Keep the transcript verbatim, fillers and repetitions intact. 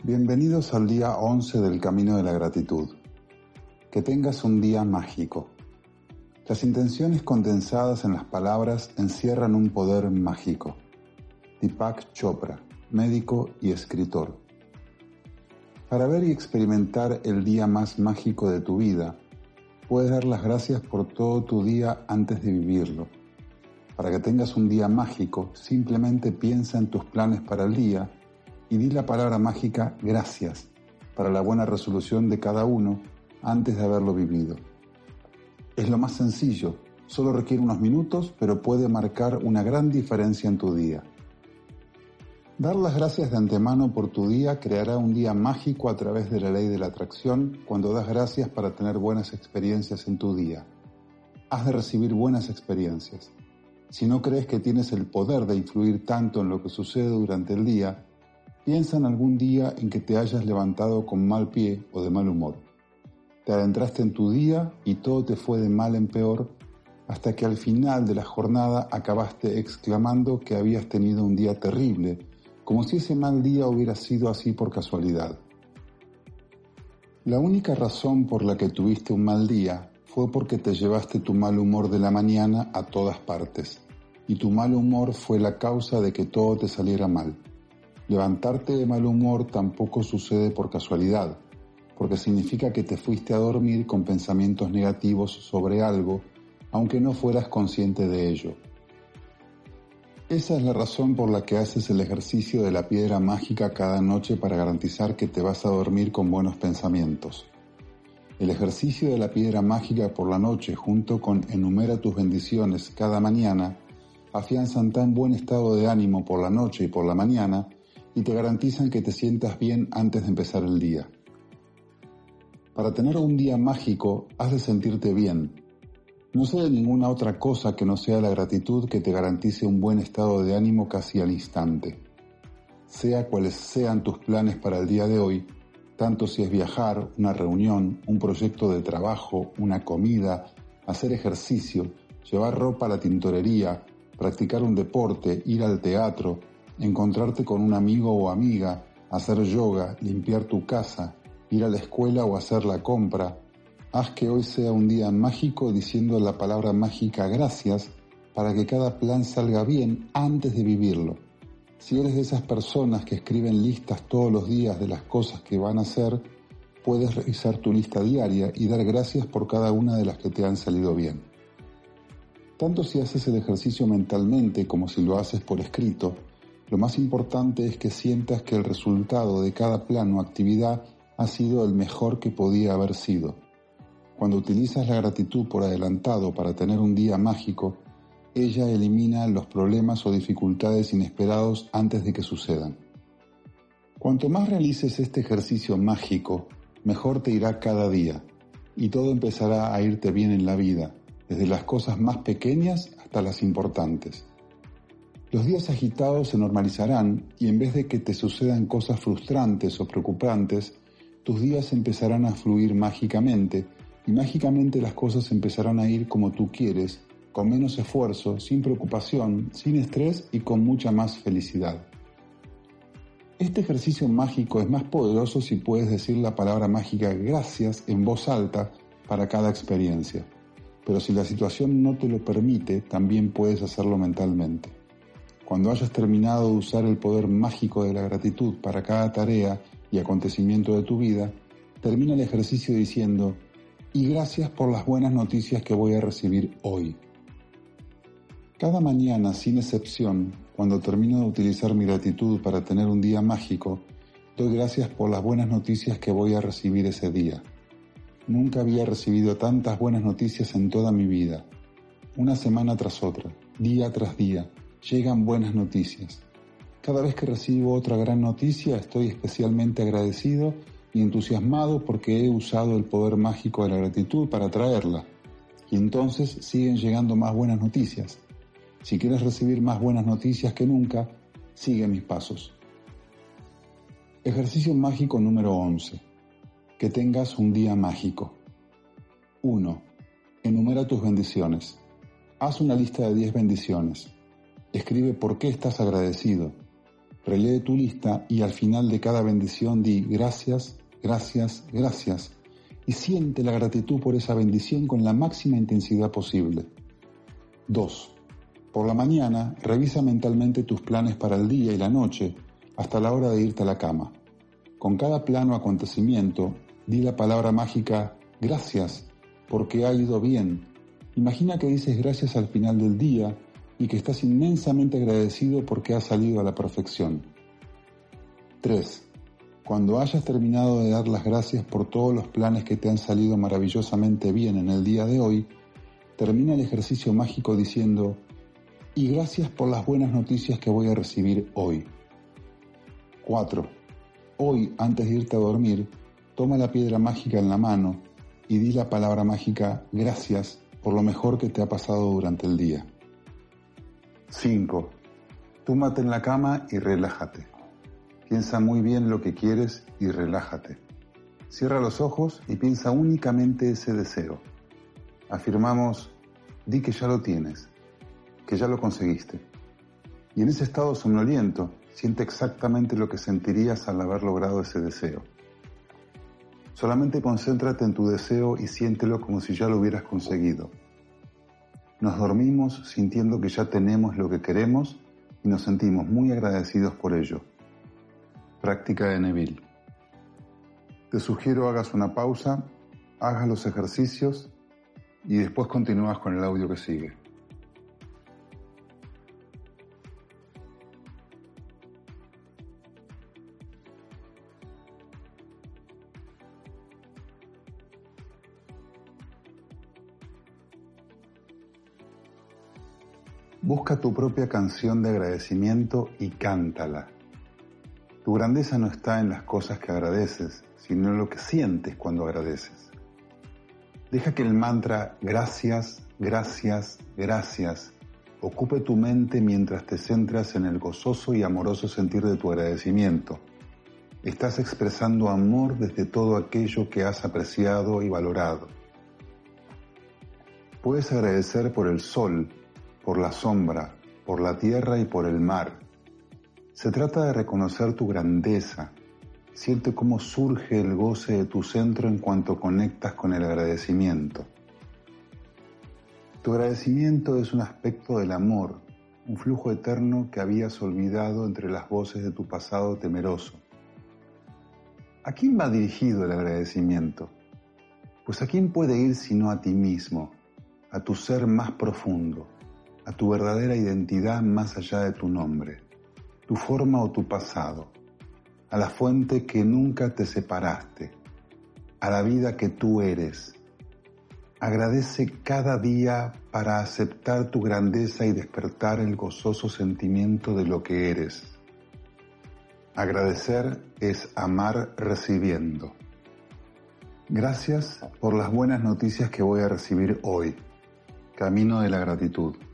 Bienvenidos al día once del Camino de la Gratitud. Que tengas un día mágico. Las intenciones condensadas en las palabras encierran un poder mágico. Deepak Chopra, médico y escritor. Para ver y experimentar el día más mágico de tu vida, puedes dar las gracias por todo tu día antes de vivirlo. Para que tengas un día mágico, simplemente piensa en tus planes para el día y di la palabra mágica gracias para la buena resolución de cada uno antes de haberlo vivido. Es lo más sencillo, solo requiere unos minutos, pero puede marcar una gran diferencia en tu día. Dar las gracias de antemano por tu día creará un día mágico a través de la ley de la atracción cuando das gracias para tener buenas experiencias en tu día. Has de recibir buenas experiencias. Si no crees que tienes el poder de influir tanto en lo que sucede durante el día, piensa en algún día en que te hayas levantado con mal pie o de mal humor. Te adentraste en tu día y todo te fue de mal en peor hasta que al final de la jornada acabaste exclamando que habías tenido un día terrible, como si ese mal día hubiera sido así por casualidad. La única razón por la que tuviste un mal día fue porque te llevaste tu mal humor de la mañana a todas partes, y tu mal humor fue la causa de que todo te saliera mal. Levantarte de mal humor tampoco sucede por casualidad, porque significa que te fuiste a dormir con pensamientos negativos sobre algo, aunque no fueras consciente de ello. Esa es la razón por la que haces el ejercicio de la piedra mágica cada noche para garantizar que te vas a dormir con buenos pensamientos. El ejercicio de la piedra mágica por la noche junto con enumera tus bendiciones cada mañana afianzan tan buen estado de ánimo por la noche y por la mañana y te garantizan que te sientas bien antes de empezar el día. Para tener un día mágico, has de sentirte bien. No sé de ninguna otra cosa que no sea la gratitud que te garantice un buen estado de ánimo casi al instante. Sea cuales sean tus planes para el día de hoy, tanto si es viajar, una reunión, un proyecto de trabajo, una comida, hacer ejercicio, llevar ropa a la tintorería, practicar un deporte, ir al teatro, encontrarte con un amigo o amiga, hacer yoga, limpiar tu casa, ir a la escuela o hacer la compra. Haz que hoy sea un día mágico diciendo la palabra mágica gracias para que cada plan salga bien antes de vivirlo. Si eres de esas personas que escriben listas todos los días de las cosas que van a hacer, puedes revisar tu lista diaria y dar gracias por cada una de las que te han salido bien. Tanto si haces el ejercicio mentalmente como si lo haces por escrito, lo más importante es que sientas que el resultado de cada plan o actividad ha sido el mejor que podía haber sido. Cuando utilizas la gratitud por adelantado para tener un día mágico, ella elimina los problemas o dificultades inesperados antes de que sucedan. Cuanto más realices este ejercicio mágico, mejor te irá cada día, y todo empezará a irte bien en la vida, desde las cosas más pequeñas hasta las importantes. Los días agitados se normalizarán y en vez de que te sucedan cosas frustrantes o preocupantes, tus días empezarán a fluir mágicamente y mágicamente las cosas empezarán a ir como tú quieres, con menos esfuerzo, sin preocupación, sin estrés y con mucha más felicidad. Este ejercicio mágico es más poderoso si puedes decir la palabra mágica gracias en voz alta para cada experiencia, pero si la situación no te lo permite, también puedes hacerlo mentalmente. Cuando hayas terminado de usar el poder mágico de la gratitud para cada tarea y acontecimiento de tu vida, termina el ejercicio diciendo, y gracias por las buenas noticias que voy a recibir hoy. Cada mañana, sin excepción, cuando termino de utilizar mi gratitud para tener un día mágico, doy gracias por las buenas noticias que voy a recibir ese día. Nunca había recibido tantas buenas noticias en toda mi vida. Una semana tras otra, día tras día, llegan buenas noticias. Cada vez que recibo otra gran noticia estoy especialmente agradecido y entusiasmado porque he usado el poder mágico de la gratitud para traerla. Y entonces siguen llegando más buenas noticias. Si quieres recibir más buenas noticias que nunca, sigue mis pasos. Ejercicio mágico número once. Que tengas un día mágico. uno. Enumera tus bendiciones. Haz una lista de diez bendiciones. Escribe por qué estás agradecido. Relee tu lista y al final de cada bendición di gracias, gracias, gracias y siente la gratitud por esa bendición con la máxima intensidad posible. dos. Por la mañana, revisa mentalmente tus planes para el día y la noche hasta la hora de irte a la cama. Con cada plano o acontecimiento, di la palabra mágica gracias porque ha ido bien. Imagina que dices gracias al final del día y que estás inmensamente agradecido porque ha salido a la perfección. tres. Cuando hayas terminado de dar las gracias por todos los planes que te han salido maravillosamente bien en el día de hoy, termina el ejercicio mágico diciendo y gracias por las buenas noticias que voy a recibir hoy. cuatro. Hoy, antes de irte a dormir, toma la piedra mágica en la mano y di la palabra mágica gracias por lo mejor que te ha pasado durante el día. cinco. Túmbate en la cama y relájate. Piensa muy bien lo que quieres y relájate. Cierra los ojos y piensa únicamente ese deseo. Afirmamos, di que ya lo tienes, que ya lo conseguiste. Y en ese estado somnoliento, siente exactamente lo que sentirías al haber logrado ese deseo. Solamente concéntrate en tu deseo y siéntelo como si ya lo hubieras conseguido. Nos dormimos sintiendo que ya tenemos lo que queremos y nos sentimos muy agradecidos por ello. Práctica de Neville. Te sugiero hagas una pausa, hagas los ejercicios y después continúas con el audio que sigue. Busca tu propia canción de agradecimiento y cántala. Tu grandeza no está en las cosas que agradeces, sino en lo que sientes cuando agradeces. Deja que el mantra gracias, gracias, gracias ocupe tu mente mientras te centras en el gozoso y amoroso sentir de tu agradecimiento. Estás expresando amor desde todo aquello que has apreciado y valorado. Puedes agradecer por el sol, por la sombra, por la tierra y por el mar. Se trata de reconocer tu grandeza. Siente cómo surge el goce de tu centro en cuanto conectas con el agradecimiento. Tu agradecimiento es un aspecto del amor, un flujo eterno que habías olvidado entre las voces de tu pasado temeroso. ¿A quién va dirigido el agradecimiento? Pues ¿a quién puede ir sino a ti mismo, a tu ser más profundo, a tu verdadera identidad más allá de tu nombre, tu forma o tu pasado, a la fuente que nunca te separaste, a la vida que tú eres? Agradece cada día para aceptar tu grandeza y despertar el gozoso sentimiento de lo que eres. Agradecer es amar recibiendo. Gracias por las buenas noticias que voy a recibir hoy. Camino de la gratitud.